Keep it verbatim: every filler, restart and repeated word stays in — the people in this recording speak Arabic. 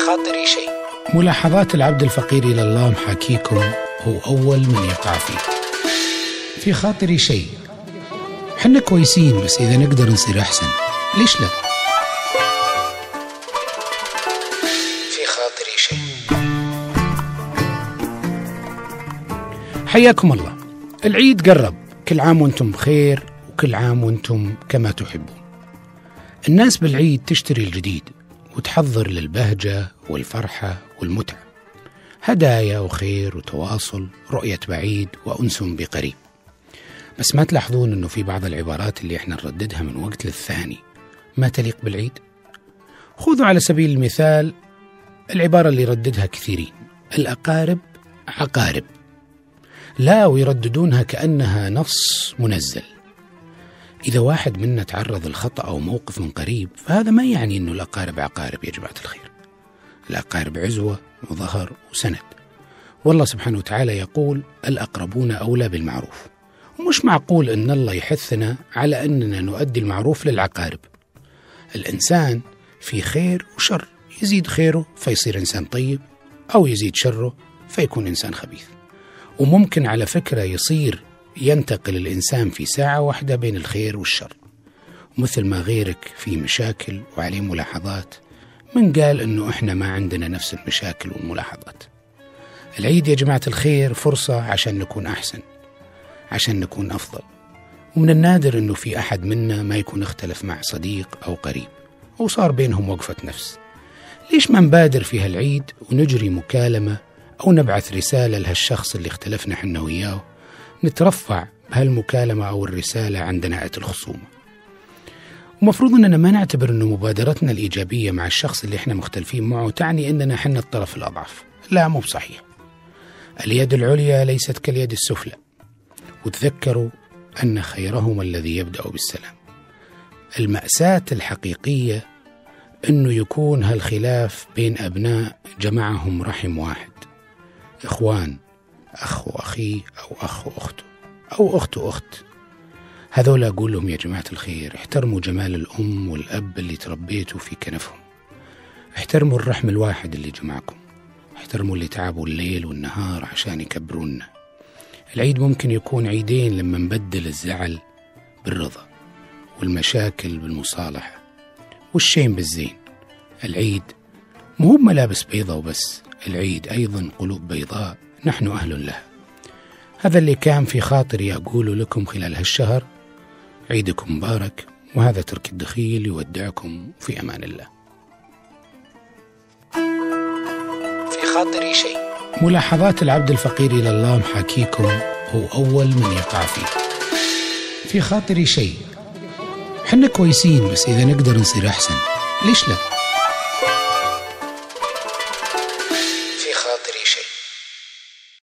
خاطري شيء. ملاحظات العبد الفقير إلى الله محاكيكم هو أول من يقع فيه. في خاطري شيء، حنا كويسين بس إذا نقدر نصير أحسن ليش لا؟ في خاطري شيء. حياكم الله. العيد قرب، كل عام وانتم بخير وكل عام وانتم كما تحبون. الناس بالعيد تشتري الجديد وتحضر للبهجة والفرحة والمتعة، هدايا وخير وتواصل، رؤية بعيد وأنس بقريب. بس ما تلاحظون أنه في بعض العبارات اللي احنا نرددها من وقت للثاني ما تليق بالعيد؟ خذوا على سبيل المثال العبارة اللي يرددها كثيرين: الأقارب عقارب. لا، ويرددونها كأنها نص منزل. إذا واحد منا تعرض لخطأ أو موقف من قريب فهذا ما يعني أنه الأقارب عقارب يا جماعة الخير. الأقارب عزوة وظهر وسند، والله سبحانه وتعالى يقول: الأقربون أولى بالمعروف. ومش معقول أن الله يحثنا على أننا نؤدي المعروف للعقارب. الإنسان في خير وشر، يزيد خيره فيصير إنسان طيب، أو يزيد شره فيكون إنسان خبيث. وممكن على فكرة يصير ينتقل الإنسان في ساعة واحدة بين الخير والشر، مثل ما غيرك في مشاكل وعليه ملاحظات. من قال أنه إحنا ما عندنا نفس المشاكل والملاحظات؟ العيد يا جماعة الخير فرصة عشان نكون أحسن، عشان نكون أفضل. ومن النادر أنه في أحد منا ما يكون اختلف مع صديق أو قريب وصار بينهم وقفة نفس. ليش ما نبادر في هالعيد ونجري مكالمة أو نبعث رسالة لهالشخص اللي اختلفنا حنا وياه، نترفع بهالمكالمة أو الرسالة عن دناءة الخصومة. ومفروض أننا ما نعتبر أنه مبادرتنا الإيجابية مع الشخص اللي احنا مختلفين معه تعني أننا حنا الطرف الأضعف. لا، مو بصحيح. اليد العليا ليست كاليد السفلى. وتذكروا أن خيرهم الذي يبدأ بالسلام. المأساة الحقيقية أنه يكون هالخلاف بين أبناء جمعهم رحم واحد، إخوان، أخ وأخيه أو أخ وأخته أو أخت وأخت. هذول أقول لهم يا جماعة الخير: احترموا جمال الأم والأب اللي تربيتوا في كنفهم، احترموا الرحم الواحد اللي جمعكم، احترموا اللي تعبوا الليل والنهار عشان يكبرونا. العيد ممكن يكون عيدين لما نبدل الزعل بالرضا والمشاكل بالمصالحة والشين بالزين. العيد مو ملابس بيضة وبس، العيد أيضا قلوب بيضاء نحن أهل لها. هذا اللي كان في خاطري أقوله لكم خلال هالشهر. عيدكم مبارك، وهذا ترك الدخيل يودعكم في أمان الله. في خاطري شيء. ملاحظات العبد الفقير إلى الله محاكيكم هو أول من يقع فيه. في خاطري شيء، حنا كويسين بس إذا نقدر نصير أحسن ليش لا؟ في خاطري